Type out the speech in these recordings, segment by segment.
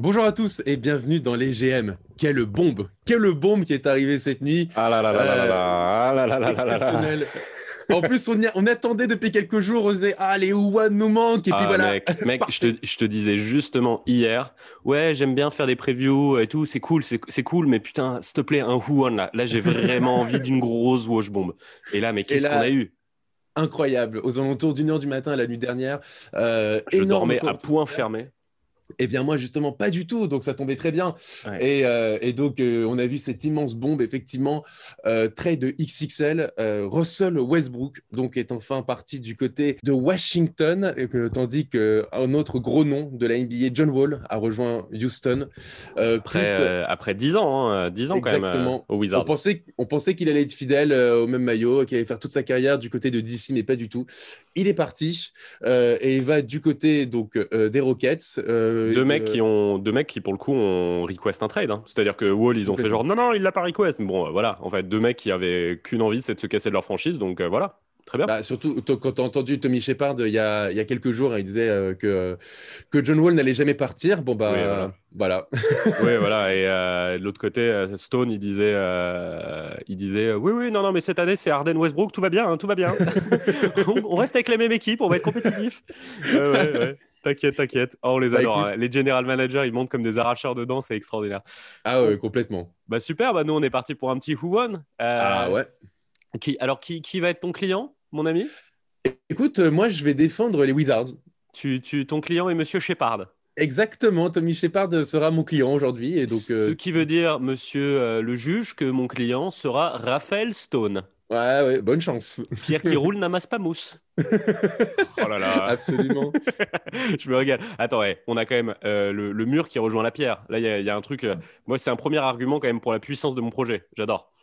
Bonjour à tous et bienvenue dans les GM. Quelle bombe qui est arrivée cette nuit. Ah là là là là là Euh, là, ah là là là là là là. Exceptionnel. En plus, on attendait depuis quelques jours, on se disait, ah, les Ouan nous manquent, et puis Ah voilà, mec, je parfait. te, je te disais justement hier, ouais, j'aime bien faire des previews et tout, c'est cool, mais putain, s'il te plaît, un Who One là. Là, j'ai vraiment envie d'une grosse wash bomb. Et là, mais Et qu'est-ce qu'on a là, eu? incroyable, aux alentours d'1 heure du matin la nuit dernière, Je énorme dormais à commentaire. point fermé. Eh bien moi justement pas du tout, donc ça tombait très bien. Ouais. Et donc on a vu cette immense bombe effectivement, trade XXL, Russell Westbrook donc est enfin parti du côté de Washington, tandis qu'un autre gros nom de la NBA, John Wall, a rejoint Houston. Plus Après 10 ans, hein, 10 ans quand même exactement. au On Wizards. pensait, on pensait qu'il allait être fidèle au même maillot, qu'il allait faire toute sa carrière du côté de DC, mais pas du tout. Il est parti et il va du côté donc des Rockets. Deux mecs qui pour le coup ont request un trade, hein. C'est-à-dire que Wall, ils ont fait genre Complètement. non, non, il l'a pas request. Mais bon, voilà. En fait, deux mecs qui avaient qu'une envie, c'est de se casser de leur franchise. Donc voilà, très bien. Bah, surtout quand tu as entendu Tommy Shepard il y a quelques jours, il disait que John Wall n'allait jamais partir. Bon, Oui, voilà. bah voilà. Oui, voilà. Et de l'autre côté, Stone, il disait oui, oui, non, non, mais cette année, c'est Harden Westbrook, tout va bien, hein, tout va bien. On reste avec la même équipe, on va être compétitif. Ouais, ouais, ouais. T'inquiète, t'inquiète. Oh, on les Bah adore, écoute, hein. Les general managers, ils montent comme des arracheurs de dents, c'est extraordinaire. ah ouais, Bon, complètement. bah super, bah nous, on est parti pour un petit Who Won. Ah ouais. Qui va être ton client, mon ami? Écoute, moi je vais défendre les Wizards. Ton client est Monsieur Shepard. Exactement, Tommy Shepard sera mon client aujourd'hui et donc Ce qui veut dire, monsieur le juge, que mon client sera Raphaël Stone. ouais, ouais, bonne chance. Pierre qui roule n'amasse pas mousse. Oh là là. Absolument. Je me régale. Attends, ouais, on a quand même le mur qui rejoint la pierre. Là, il y a un truc. Moi, c'est un premier argument quand même pour la puissance de mon projet. J'adore.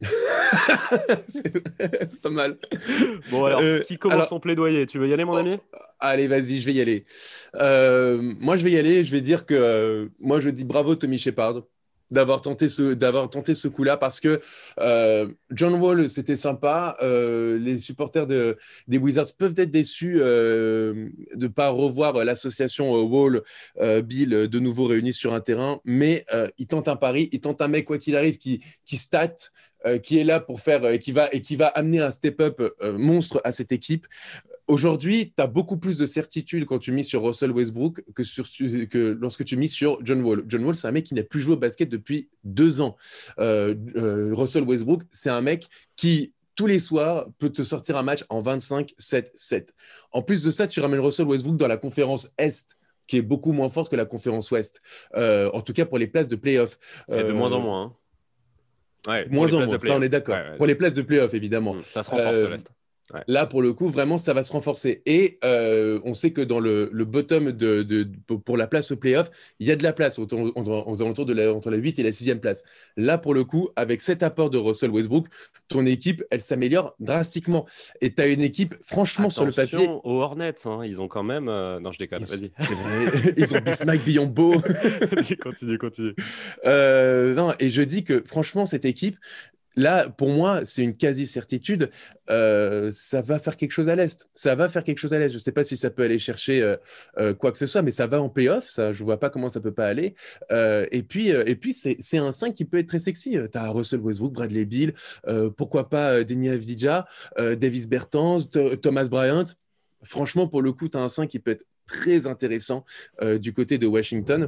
C'est pas mal. Bon, alors, qui commence Alors, son plaidoyer? Tu veux y aller, mon oh, ami? allez, vas-y, je vais y aller. Moi, je vais y aller. Je vais dire que moi, je dis bravo Tommy Shepard d'avoir tenté ce coup-là parce que John Wall, c'était sympa. Les supporters des Wizards peuvent être déçus de ne pas revoir l'association Wall, Bill de nouveau réunis sur un terrain, mais ils tentent un pari, ils tentent un mec quoi qu'il arrive qui stat, qui est là pour faire et qui va amener un step-up monstre à cette équipe. Aujourd'hui, tu as beaucoup plus de certitude quand tu mises sur Russell Westbrook que lorsque tu mises sur John Wall. John Wall, c'est un mec qui n'a plus joué au basket depuis 2 ans. Russell Westbrook, c'est un mec qui, tous les soirs, peut te sortir un match en 25-7-7. En plus de ça, tu ramènes Russell Westbrook dans la conférence Est, qui est beaucoup moins forte que la conférence Ouest. En tout cas, pour les places de playoff. Et de moins en Euh, moins, hein. Ouais, pour les Moins en places de moins, ça on est playoff. Ouais, d'accord. ouais. Pour les places de playoff, évidemment. Ça se renforce, Euh, l'Est. Ouais. Là, pour le coup, vraiment, ça va se renforcer. Et on sait que dans le bottom pour la place au playoff, il y a de la place aux alentours entre la 8 et la 6e place. Là, pour le coup, avec cet apport de Russell Westbrook, ton équipe, elle s'améliore drastiquement. Et tu as une équipe, franchement, sur le papier, Attention aux Hornets, hein. Ils ont quand même. Non, je déconne, vas-y. c'est vrai, ils ont Bismack Biyombo. Vas-y, continue, continue. Non, et je dis que, franchement, cette équipe, là, pour moi, c'est une quasi-certitude. Ça va faire quelque chose à l'Est. Ça va faire quelque chose à l'Est. Je ne sais pas si ça peut aller chercher quoi que ce soit, mais ça va en playoff. Ça, je ne vois pas comment ça peut pas aller. Et puis c'est un 5 qui peut être très sexy. Tu as Russell Westbrook, Bradley Beal, pourquoi pas Deni Avdija, Davis Bertans, Thomas Bryant. Franchement, pour le coup, tu as un 5 qui peut être très intéressant du côté de Washington.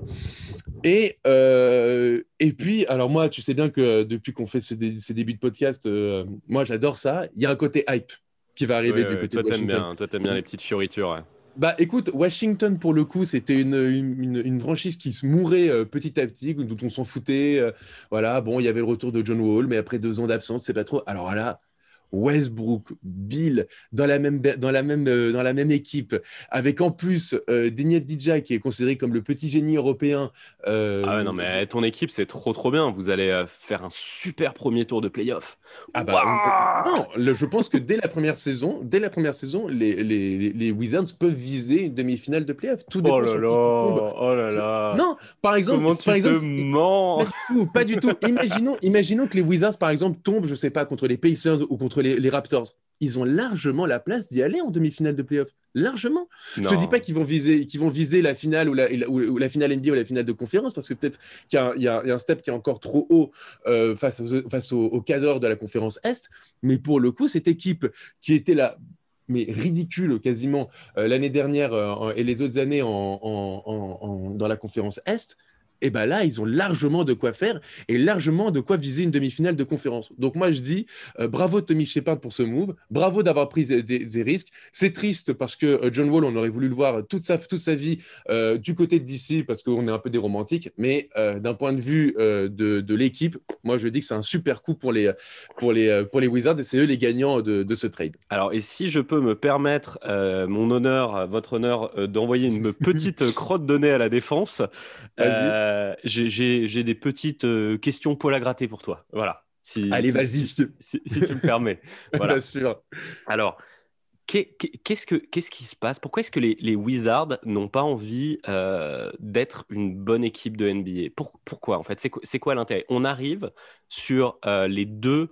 Et puis, alors moi, tu sais bien que depuis qu'on fait ces débuts de podcast, moi j'adore ça. Il y a un côté hype qui va Ouais, arriver du ouais, côté de Washington. toi t'aimes bien les petites fioritures, ouais. Bah écoute, Washington pour le coup, c'était une franchise qui se mourait petit à petit, dont on s'en foutait. Voilà, bon, il y avait le retour de John Wall, mais après 2 ans d'absence, c'est pas trop. Alors là, Westbrook, Bill dans la même équipe, avec en plus Deni Avdija qui est considéré comme le petit génie européen. Ah ouais, euh, non, mais ton équipe, c'est trop trop bien. Vous allez faire un super premier tour de playoff. Ah bah Waouh! non, je pense que dès la première saison, les Wizards peuvent viser une demi-finale de playoff. Tout Oh dépend là sur là, qui tombe. oh là là. Non, par exemple, Comment par tu te exemple, mens? pas du tout, pas du tout. Imaginons que les Wizards, par exemple, tombent, je sais pas, contre les Pacers ou contre contre les Raptors. Ils ont largement la place d'y aller en demi-finale de playoff. Largement. Je ne te dis pas qu'ils vont viser la finale ou la finale NBA ou la finale de conférence, parce que peut-être qu'il y a un step qui est encore trop haut face au cadre de la conférence Est. Mais pour le coup, cette équipe qui était là, mais ridicule quasiment l'année dernière et les autres années dans la conférence Est, et bien là, ils ont largement de quoi faire et largement de quoi viser une demi-finale de conférence. Donc moi, je dis bravo Tommy Shepard pour ce move, bravo d'avoir pris des risques. C'est triste parce que John Wall, on aurait voulu le voir toute sa vie du côté de DC parce qu'on est un peu des romantiques, mais d'un point de vue de l'équipe, moi, je dis que c'est un super coup pour les Wizards et c'est eux les gagnants de ce trade. Alors, et si je peux me permettre, mon honneur, votre honneur, d'envoyer une petite crotte de nez à la défense, j'ai des petites questions poil à gratter pour toi. Voilà. Allez, vas-y. Si tu me permets. Voilà. Bien sûr. Alors, qu'est-ce qui se passe? Pourquoi est-ce que les Wizards n'ont pas envie d'être une bonne équipe de NBA? Pourquoi, en fait? C'est quoi l'intérêt? On arrive sur les deux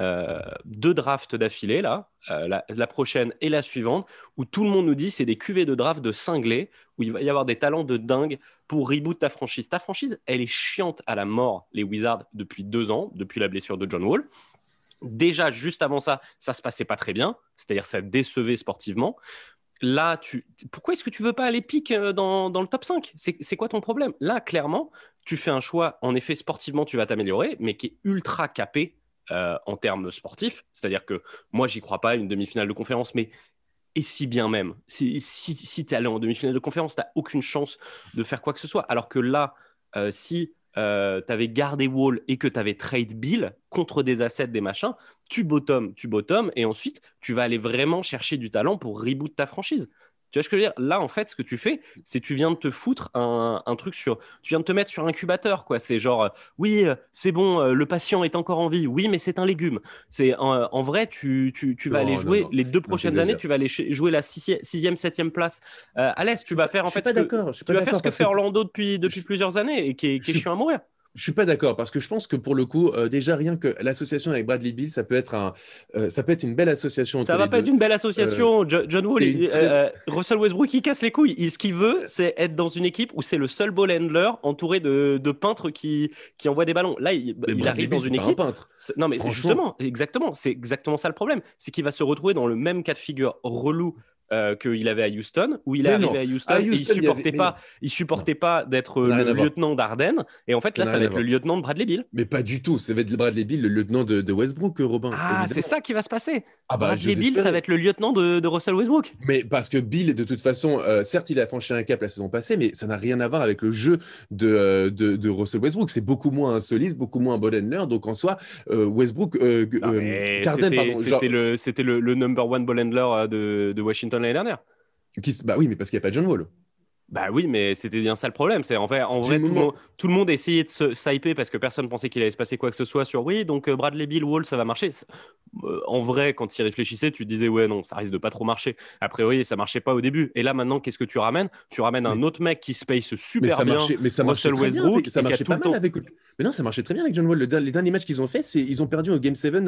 drafts d'affilée, là, la prochaine et la suivante, où tout le monde nous dit c'est des cuvées de draft de cinglés, où il va y avoir des talents de dingue pour reboot ta franchise. Ta franchise, elle est chiante à la mort, les Wizards, depuis 2 ans, depuis la blessure de John Wall. Déjà, juste avant ça se passait pas très bien, c'est-à-dire ça décevait sportivement. Là, pourquoi est-ce que tu veux pas aller pique dans le top 5? C'est quoi ton problème? Là, clairement, tu fais un choix, en effet, sportivement, tu vas t'améliorer, mais qui est ultra capé en termes sportifs. C'est-à-dire que moi, j'y crois pas à une demi-finale de conférence, mais et si bien même, si tu es allé en demi-finale de conférence, tu n'as aucune chance de faire quoi que ce soit. Alors que là, si tu avais gardé Wall et que tu avais trade Bill contre des assets, des machins, tu bottom, et ensuite, tu vas aller vraiment chercher du talent pour reboot ta franchise. Tu vois ce que je veux dire? Là, en fait, ce que tu fais, c'est tu viens de te foutre un truc tu viens de te mettre sur incubateur, quoi. C'est genre, oui, c'est bon, le patient est encore en vie. Oui, mais c'est un légume. En vrai, tu vas aller jouer les 2 prochaines années, tu vas aller jouer la 6e, 7e place à l'Est. Tu vas faire en fait ce que fait Orlando depuis plusieurs années et qui est chiant à mourir. Je suis pas d'accord parce que je pense que pour le coup, déjà rien que l'association avec Bradley Beal, ça peut être une belle association. Ça va pas être une belle association. John Wall, Russell Westbrook, il casse les couilles. Ce qu'il veut, c'est être dans une équipe où c'est le seul ball handler entouré de peintres qui envoient des ballons. Là, il arrive dans une équipe. Non, mais justement, exactement, c'est exactement ça le problème. C'est qu'il va se retrouver dans le même cas de figure relou qu'il avait à Houston, où il est arrivé à Houston et il supportait pas d'être le lieutenant d'Harden. Et en fait, là, ça va être le lieutenant de Bradley Beal. Mais pas du tout. Ça va être Bradley Beal, le lieutenant de Westbrook, Robin. Ah, évidemment. C'est ça qui va se passer. Bradley Beal, ça va être le lieutenant de Russell Westbrook. Mais parce que Beal, de toute façon, certes, il a franchi un cap la saison passée, mais ça n'a rien à voir avec le jeu de Russell Westbrook. C'est beaucoup moins un soliste, beaucoup moins un ball handler. Donc en soi, Westbrook, Harden, pardon. C'était le number one ball handler de Washington l'année dernière. Bah oui, mais parce qu'il n'y a pas John Wall. Bah oui, mais c'était bien ça le problème. C'est en vrai, tout le monde essayait de se hyper parce que personne pensait qu'il allait se passer quoi que ce soit sur oui. Donc Bradley Beal, Wall, ça va marcher. En vrai, quand tu y réfléchissais, tu te disais ouais non, ça risque de pas trop marcher. Après oui, ça marchait pas au début. Et là maintenant, qu'est-ce que tu ramènes? Tu ramènes un autre mec qui space super bien. Mais ça marchait très bien. Ça marchait pas mal avec. Mais non, ça marchait très bien avec John Wall. Les derniers matchs qu'ils ont fait, ils ont perdu au Game 7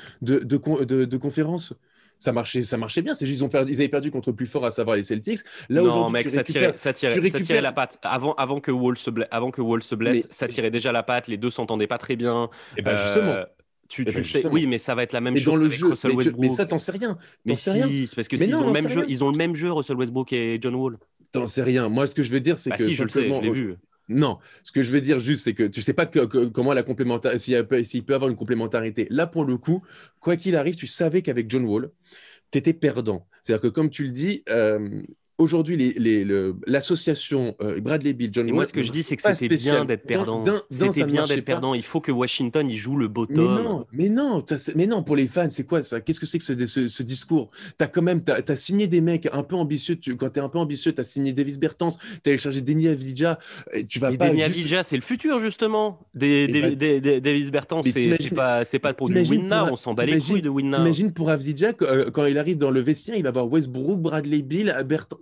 de conférence. Ça marchait bien. C'est juste ils avaient perdu contre plus fort, à savoir les Celtics. Là, non, mec, ça tirait la patte. Avant que Wall se blesse, ça tirait déjà la patte. Les deux s'entendaient pas très bien. Et ben justement. Tu le sais, oui, mais ça va être la même chose dans le avec jeu. Russell Westbrook. Mais ça, t'en sais rien. Mais si, c'est parce que ils ont le même jeu. Ils ont le même jeu, Russell Westbrook et John Wall. T'en sais rien. Moi, ce que je veux dire, c'est que si, je le sais, je l'ai vu. Non, ce que je veux dire juste, c'est que tu sais pas comment la complémentarité, s'il peut avoir une complémentarité. Là, pour le coup, quoi qu'il arrive, tu savais qu'avec John Wall, tu étais perdant. C'est-à-dire que, comme tu le dis, aujourd'hui, l'association Bradley Beal, John Wall. Et moi, ce que je dis, c'est que c'était bien d'être perdant. C'était bien d'être perdant. Il faut que Washington, il joue le bottom. Mais non, pour les fans, c'est quoi ça? Qu'est-ce que c'est que ce discours? T'as signé des mecs un peu ambitieux. Quand t'es un peu ambitieux, t'as signé Davis Bertans, t'as allé chercher Deni Avdija. Deni Avdija, c'est le futur, justement. Davis Bertans, c'est pas pour du win now. On s'en bat les couilles de win now. T'imagines pour Avdija, quand il arrive dans le vestiaire, il va voir Westbrook, Bradley Beal, Bertans.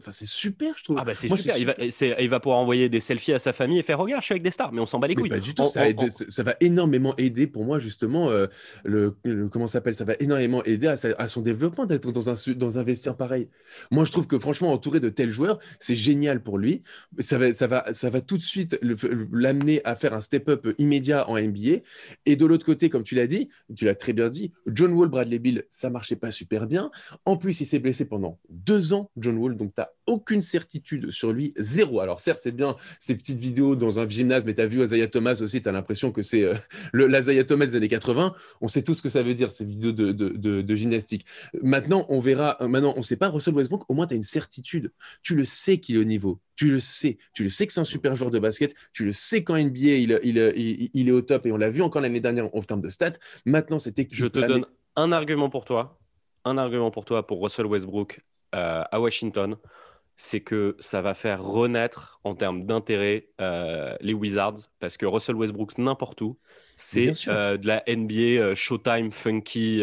Enfin, c'est super, je trouve. Ah bah c'est Moi, super, il va pouvoir envoyer des selfies à sa famille et faire regarde, je suis avec des stars, mais on s'en bat les Mais couilles. pas du tout, ça va énormément aider pour moi justement comment ça s'appelle, ça va énormément aider à son développement d'être dans un vestiaire pareil. Moi je trouve que franchement entouré de tels joueurs, c'est génial pour lui. Ça va tout de suite l'amener à faire un step-up immédiat en NBA. Et de l'autre côté, comme tu l'as dit, tu l'as très bien dit, John Wall, Bradley Beal, ça marchait pas super bien. En plus, il s'est blessé pendant 2 ans, John Wall, donc tu n'as aucune certitude sur lui, zéro. Alors certes, c'est bien ces petites vidéos dans un gymnase, mais tu as vu Isaiah Thomas aussi, tu as l'impression que c'est l'Isaiah Thomas des années 80. On sait tout ce que ça veut dire, ces vidéos de gymnastique. Maintenant, on verra. Maintenant, on ne sait pas. Russell Westbrook, au moins, tu as une certitude. Tu le sais qu'il est au niveau. Tu le sais. Tu le sais que c'est un super joueur de basket. Tu le sais qu'en NBA, il est au top. Et on l'a vu encore l'année dernière en termes de stats. Maintenant, cette équipe. Je te donne un argument pour toi. Un argument pour toi pour Russell Westbrook à Washington. C'est que ça va faire renaître en termes d'intérêt les Wizards parce que Russell Westbrook n'importe où, c'est de la NBA Showtime funky,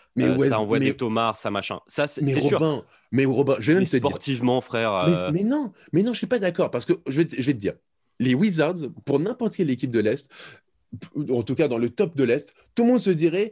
ça envoie des tomards, ça machin. Ça, c'est sûr. Mais Robin, je vais même te dire. Sportivement, frère. Mais non, je suis pas d'accord parce que je vais te dire, les Wizards, pour n'importe quelle équipe de l'Est, en tout cas dans le top de l'Est, tout le monde se dirait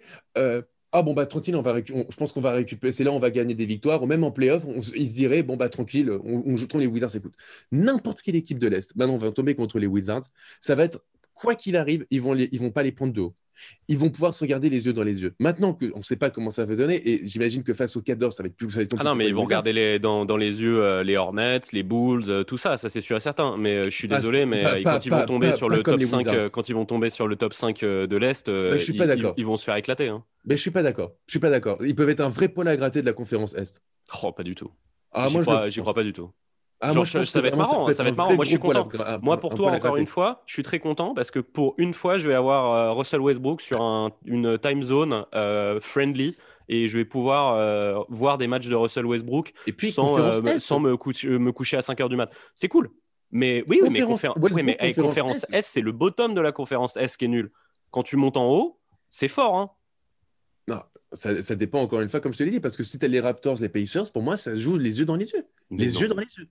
ah bon bah tranquille, je pense qu'on va récupérer, c'est là on va gagner des victoires, ou même en playoff, ils se diraient bon bah tranquille, on joue contre les Wizards, écoute. N'importe quelle équipe de l'Est, maintenant on va tomber contre les Wizards, ça va être quoi qu'il arrive, ils vont pas les prendre de haut. Ils vont pouvoir se regarder les yeux dans les yeux. Maintenant qu'on ne sait pas comment ça va donner, et j'imagine que face aux Cadors, ça va être plus compliqué. Ah non, mais ils vont regarder dans les yeux les Hornets, les Bulls, tout ça, ça c'est sûr et certain. Mais je suis désolé, mais quand ils vont tomber sur le top 5, quand ils vont tomber sur le top 5 de l'Est, ils vont se faire éclater. Hein. Mais je suis pas d'accord. Ils peuvent être un vrai poil à gratter de la conférence Est. Oh, pas du tout. Ah, j'y crois pas du tout. Moi, je pense ça va être marrant. Ça va être marrant. Moi, je suis content. Moi, pour toi, encore une fois, je suis très content parce que pour une fois, je vais avoir Russell Westbrook sur une time zone friendly et je vais pouvoir voir des matchs de Russell Westbrook et puis, sans me coucher à 5 h du mat. C'est cool. Mais oui, mais conférence S, c'est le bottom de la conférence S qui est nul. Quand tu montes en haut, c'est fort. Hein. Non, ça dépend encore une fois, comme je te l'ai dit, parce que si tu as les Raptors, les Pacers, pour moi, ça joue les yeux dans les yeux. Yeux dans les yeux.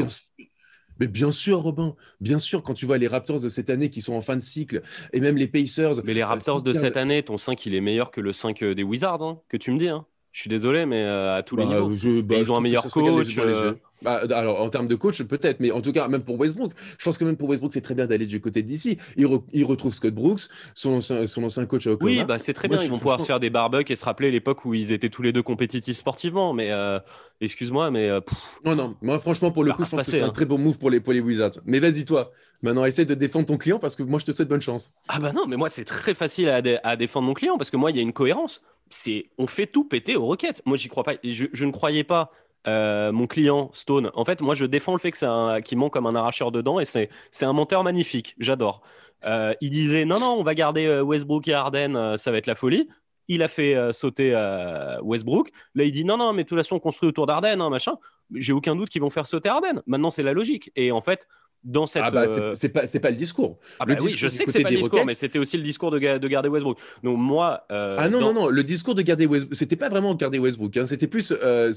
Mais bien sûr, Robin, bien sûr, quand tu vois les Raptors de cette année qui sont en fin de cycle, et même les Pacers. Mais les Raptors de cette année, ton 5, il est meilleur que le 5 des Wizards, hein, que tu me dis. Hein. Je suis désolé, mais à tous les niveaux. Ils ont un meilleur coach. Alors, en termes de coach, peut-être, mais en tout cas, même pour Westbrook, je pense que même pour Westbrook, c'est très bien d'aller du côté d'ici. Il retrouve Scott Brooks, son ancien coach à Oklahoma. Oui, bah, c'est très bien. Ils vont pouvoir se faire des barbecues et se rappeler l'époque où ils étaient tous les deux compétitifs sportivement. Mais excuse-moi, mais. Non, moi, franchement, pour le coup, je pense que c'est un très bon move pour les Wizards. Mais vas-y, toi. Maintenant, essaye de défendre ton client parce que moi, je te souhaite bonne chance. Ah bah non, mais moi, c'est très facile à défendre mon client parce que moi, il y a une cohérence. On fait tout péter aux Rockets. Moi, j'y crois pas. Je ne croyais pas mon client Stone. En fait, moi, je défends le fait que qu'il ment comme un arracheur dedans et c'est un menteur magnifique. J'adore. Il disait non, on va garder Westbrook et Harden, ça va être la folie. Il a fait sauter Westbrook. Là, il dit non, mais de toute façon, on construit autour d'Harden, hein, machin. J'ai aucun doute qu'ils vont faire sauter Harden. Maintenant, c'est la logique. Et en fait, dans cette. Ah bah, c'est pas le discours. Oui, je sais que c'est pas le discours, mais c'était aussi le discours de garder Westbrook. Donc moi. Non, le discours de garder Westbrook, c'était pas vraiment garder Westbrook. Hein. C'était plus,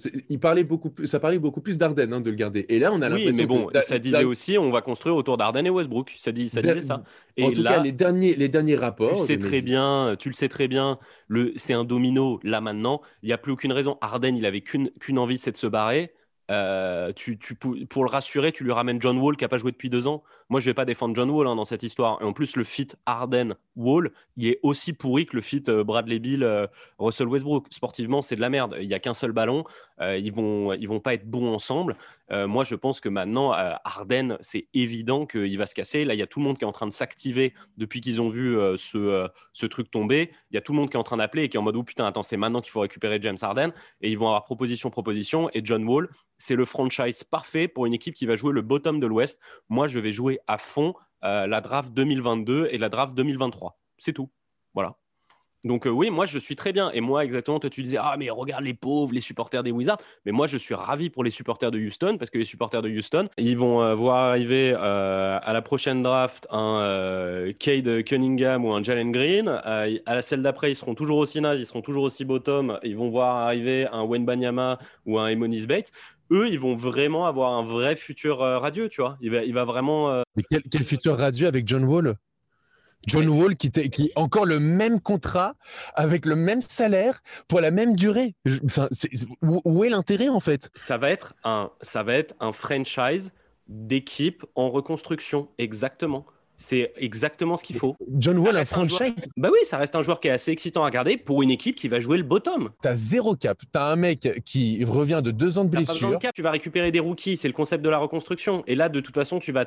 ça parlait beaucoup plus d'Harden de le garder. Et là, on a l'impression. Oui, mais bon, ça disait aussi, on va construire autour d'Harden et Westbrook. Ça disait ça. Et en tout cas, les derniers rapports. Tu le sais très bien. C'est un domino là maintenant. Il n'y a plus aucune raison. Harden, il avait qu'une envie, c'est de se barrer. Pour le rassurer, tu lui ramènes John Wall qui n'a pas joué depuis 2 ans. Moi, je ne vais pas défendre John Wall dans cette histoire. Et en plus, le fit Harden-Wall, il est aussi pourri que le fit Bradley Beal, Russell Westbrook. Sportivement, c'est de la merde. Il n'y a qu'un seul ballon. Ils vont pas être bons ensemble. Moi, je pense que maintenant, Harden, c'est évident qu'il va se casser. Là, il y a tout le monde qui est en train de s'activer depuis qu'ils ont vu ce truc tomber. Il y a tout le monde qui est en train d'appeler et qui est en mode « Oh putain, attends, c'est maintenant qu'il faut récupérer James Harden. » Et ils vont avoir proposition. Et John Wall, c'est le franchise parfait pour une équipe qui va jouer le bottom de l'Ouest. Moi, je vais jouer à fond la draft 2022 et la draft 2023. C'est tout. Voilà. Donc oui, moi je suis très bien. Et moi exactement, toi tu disais ah mais regarde les pauvres, les supporters des Wizards. Mais moi je suis ravi pour les supporters de Houston parce que les supporters de Houston, ils vont voir arriver à la prochaine draft un Cade Cunningham ou un Jalen Green. À la celle d'après, ils seront toujours aussi nazes, ils seront toujours aussi bottom. Ils vont voir arriver un Wembanyama ou un Emonis Bates. Eux, ils vont vraiment avoir un vrai futur radieux, tu vois. Il va vraiment. Mais quel futur radieux avec John Wall? John Wall qui encore le même contrat avec le même salaire pour la même durée. Enfin, où est l'intérêt en fait? Ça va être un franchise d'équipe en reconstruction, exactement. C'est exactement ce qu'il faut. John Ça Wall, un reste un joueur. franchise? Bah oui, ça reste un joueur qui est assez excitant à regarder pour une équipe qui va jouer le bottom. T'as zéro cap. T'as un mec qui revient de 2 ans de T'as pas besoin de blessure. cap, tu vas récupérer des rookies, c'est le concept de la reconstruction. Et là, de toute façon, tu vas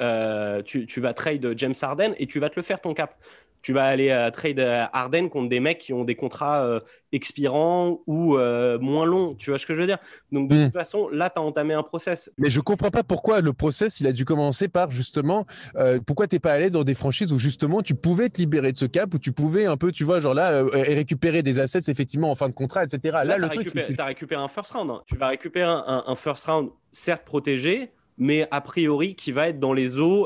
tu vas trade James Harden et tu vas te le faire ton cap. Tu vas aller trade Harden contre des mecs qui ont des contrats expirants ou moins longs. Tu vois ce que je veux dire? Donc, de toute façon, là, tu as entamé un process. Mais je comprends pas pourquoi le process, il a dû commencer par justement, pourquoi t'es pas allé dans des franchises où justement tu pouvais te libérer de ce cap, où tu pouvais un peu, tu vois, genre là, récupérer des assets effectivement en fin de contrat, etc. Là, le truc, tu as récupéré un first round. Hein. Tu vas récupérer un first round, certes protégé, mais a priori qui va être dans les eaux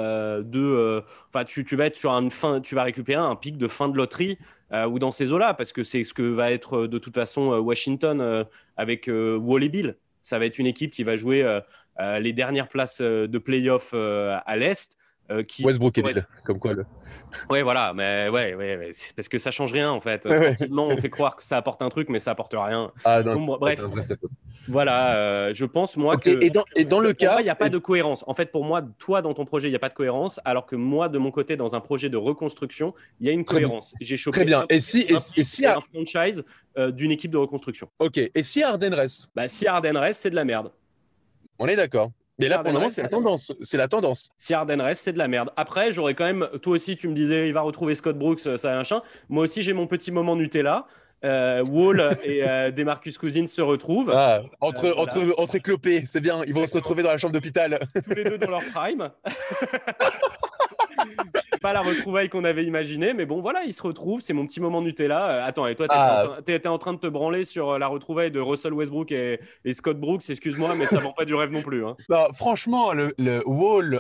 Enfin, tu vas être sur tu vas récupérer un pic de fin de loterie ou dans ces eaux-là, parce que c'est ce que va être de toute façon Washington avec Wall et Bill. Ça va être une équipe qui va jouer les dernières places de playoff à l'Est. Westbrook et Bill, comme quoi le. Ouais, voilà, mais ouais, c'est parce que ça change rien en fait. Ouais. Sportivement, on fait croire que ça apporte un truc, mais ça apporte rien. Ah non, Donc, bref, voilà, je pense moi que et dans le pour moi, cas, il n'y a pas de cohérence. En fait, pour moi, toi, dans ton projet, il n'y a pas de cohérence, alors que moi, de mon côté, dans un projet de reconstruction, il y a une cohérence. J'ai chopé très bien. Et si un franchise d'une équipe de reconstruction. Ok. Et si Harden reste? Bah, si Harden reste, c'est de la merde. On est d'accord. Mais là, pour le moment, c'est la tendance. C'est la tendance. Si Harden reste, c'est de la merde. Après, j'aurais quand même. Toi aussi, tu me disais, il va retrouver Scott Brooks, ça machin. Moi aussi, j'ai mon petit moment Nutella. Wall et Demarcus Cousins se retrouvent. Ah, entre éclopés, c'est bien. Ils vont se retrouver dans la chambre d'hôpital. Tous les deux dans leur prime. C'est pas la retrouvaille qu'on avait imaginée, mais bon, voilà, ils se retrouvent. C'est mon petit moment Nutella. Attends, et toi, t'étais en train de te branler sur la retrouvaille de Russell Westbrook et Scott Brooks. Excuse-moi, mais ça vend pas du rêve non plus. Hein. Non, franchement, le Wall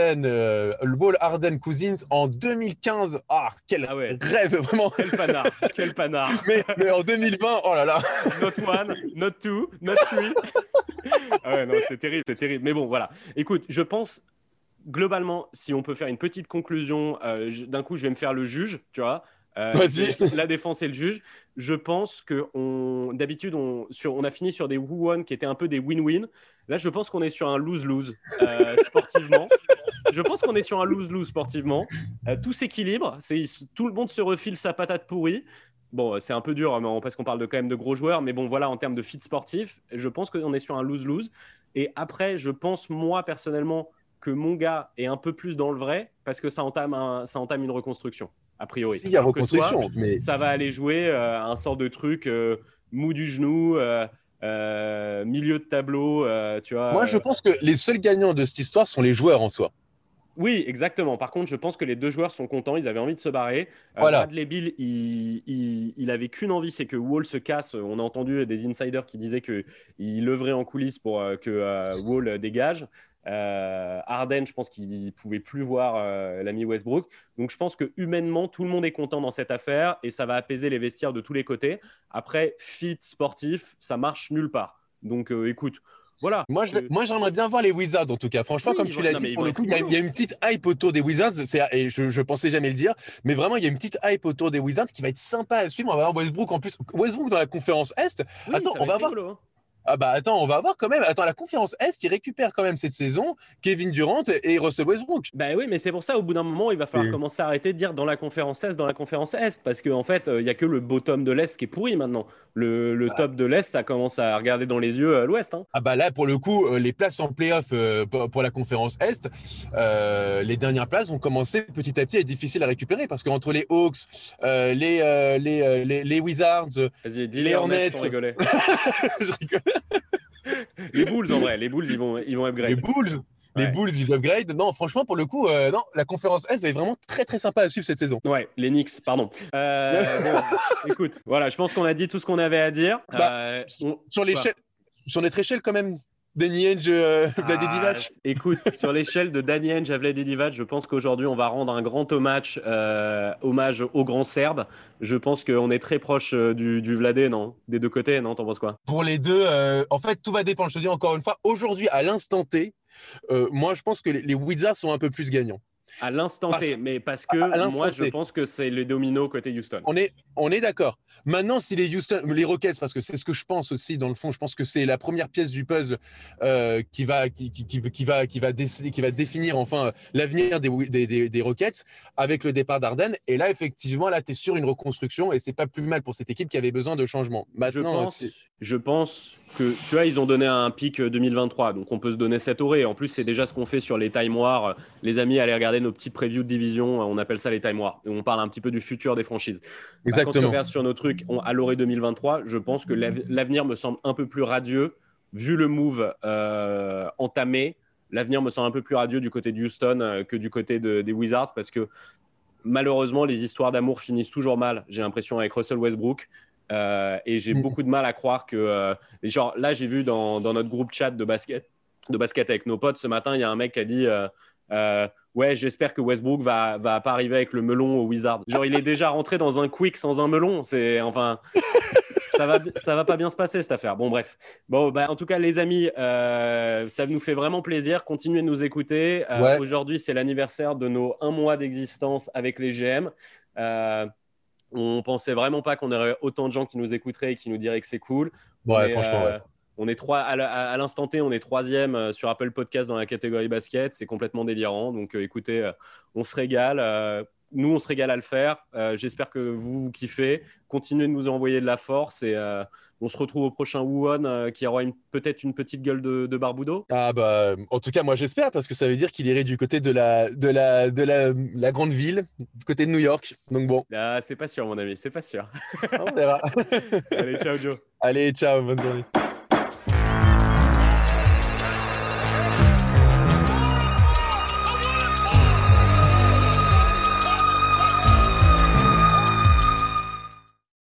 Harden Cousins en 2015. Ah, quel rêve, vraiment. Quel panard. mais en 2020, oh là là. Not one, not two, not three. Ah ouais, non, c'est terrible. Mais bon, voilà. Écoute, je pense. Globalement, si on peut faire une petite conclusion, d'un coup, je vais me faire le juge, tu vois. Vas-y. La défense et le juge. Je pense que d'habitude, on a fini sur des who-won qui étaient un peu des win-win. Là, je pense qu'on est sur un lose-lose sportivement. Je pense qu'on est sur un lose-lose sportivement. Tout s'équilibre. Tout le monde se refile sa patate pourrie. Bon, c'est un peu dur parce qu'on parle quand même de gros joueurs, mais bon, voilà, en termes de fit sportif, je pense qu'on est sur un lose-lose. Et après, je pense, moi, personnellement, que mon gars est un peu plus dans le vrai parce que ça entame une reconstruction, a priori. S'il y a reconstruction, mais ça va aller jouer un sort de truc mou du genou, milieu de tableau, tu vois. Moi, je pense que les seuls gagnants de cette histoire sont les joueurs en soi. Oui, exactement. Par contre, je pense que les deux joueurs sont contents. Ils avaient envie de se barrer. Voilà. Bradley Beal, il avait qu'une envie, c'est que Wall se casse. On a entendu des insiders qui disaient qu'il œuvrait en coulisses pour que Wall dégage. Harden, je pense qu'il pouvait plus voir l'ami Westbrook. Donc, je pense que humainement, tout le monde est content dans cette affaire et ça va apaiser les vestiaires de tous les côtés. Après, fit sportif, ça marche nulle part. Donc, écoute. Voilà. Moi, j'aimerais bien voir les Wizards, en tout cas. Franchement, oui, comme tu l'as dit, pour le coup, il y a une petite hype autour des Wizards. Et je pensais jamais le dire. Mais vraiment, il y a une petite hype autour des Wizards qui va être sympa à suivre. On va avoir Westbrook en plus. Westbrook dans la conférence Est. Oui, attends, on va voir. Rigolo, hein. Ah bah attends, on va avoir quand même. Attends, la conférence Est qui récupère quand même cette saison Kevin Durant et Russell Westbrook. Bah oui, mais c'est pour ça, au bout d'un moment, il va falloir commencer à arrêter de dire dans la conférence Est, parce qu'en fait, il n'y a que le bottom de l'Est qui est pourri maintenant. Le top de l'Est, ça commence à regarder dans les yeux l'Ouest. Hein. Ah bah là, pour le coup, les places en playoff pour la conférence Est, les dernières places vont commencer petit à petit à être difficiles à récupérer parce qu'entre les Hawks, les Wizards, vas-y, dis les Hornets sans rigoler. Je rigole. Les Bulls, en vrai, ils vont upgrade. Les Bulls. Les Ouais. Bulls, ils upgrade. Non, franchement, pour le coup, non, la conférence S est vraiment très très sympa à suivre cette saison. Ouais, les Knicks, pardon. Bon, écoute, voilà, je pense qu'on a dit tout ce qu'on avait à dire. Bah, sur Quoi? l'échelle, sur notre échelle quand même, Danny Ainge, Vlade Divac. Écoute, sur l'échelle de Danny Ainge à Vlade Divac, je pense qu'aujourd'hui, on va rendre un grand hommage au grand Serbe. Je pense qu'on est très proche du Vladé, non? Des deux côtés, non? T'en penses quoi? Pour les deux, en fait, tout va dépendre. Je te dis encore une fois, aujourd'hui, à l'instant T, moi, je pense que les Wizards sont un peu plus gagnants. À l'instant Parce- T, mais parce à que moi, l'instant je T. pense que c'est les dominos côté Houston. On est d'accord. Maintenant, si les Rockets, parce que c'est ce que je pense aussi dans le fond, je pense que c'est la première pièce du puzzle qui va définir enfin l'avenir des Rockets avec le départ d'Arden. Et là, effectivement, là, tu es sur une reconstruction et c'est pas plus mal pour cette équipe qui avait besoin de changement. Maintenant, Je pense que, tu vois, ils ont donné un pic 2023, donc on peut se donner cette orée. En plus, c'est déjà ce qu'on fait sur les Time Wars. Les amis, allez regarder nos petits previews de division, on appelle ça les Time Wars. Et on parle un petit peu du futur des franchises. Bah, quand tu exactement. regardes sur nos trucs à l'orée 2023, je pense que l'avenir me semble un peu plus radieux. Vu le move entamé, l'avenir me semble un peu plus radieux du côté de Houston que du côté des Wizards, parce que malheureusement, les histoires d'amour finissent toujours mal, j'ai l'impression, avec Russell Westbrook. Et j'ai beaucoup de mal à croire que. Genre, là, j'ai vu dans notre groupe chat de basket avec nos potes ce matin, il y a un mec qui a dit ouais, j'espère que Westbrook va pas arriver avec le melon au Wizard. Genre, il est déjà rentré dans un quick sans un melon. Enfin. Ça va pas bien se passer cette affaire. Bon, bref. Bon, bah, en tout cas, les amis, ça nous fait vraiment plaisir. Continuez de nous écouter. Ouais, Aujourd'hui, c'est l'anniversaire de nos 1 mois d'existence avec les GM. On pensait vraiment pas qu'on aurait autant de gens qui nous écouteraient et qui nous diraient que c'est cool. ouais, franchement, ouais. On est à l'instant T, on est 3e sur Apple Podcast dans la catégorie basket. C'est complètement délirant. Donc, écoutez, on se régale. Nous, on se régale à le faire. J'espère que vous kiffez. Continuez de nous envoyer de la force et on se retrouve au prochain Wuhan qui aura peut-être une petite gueule de Barbudo. Ah bah, en tout cas, moi j'espère parce que ça veut dire qu'il irait du côté de la grande ville, du côté de New York. Donc bon, Ah, c'est pas sûr, mon ami, c'est pas sûr. on verra. Allez, ciao, Joe. Allez, ciao, bonne journée.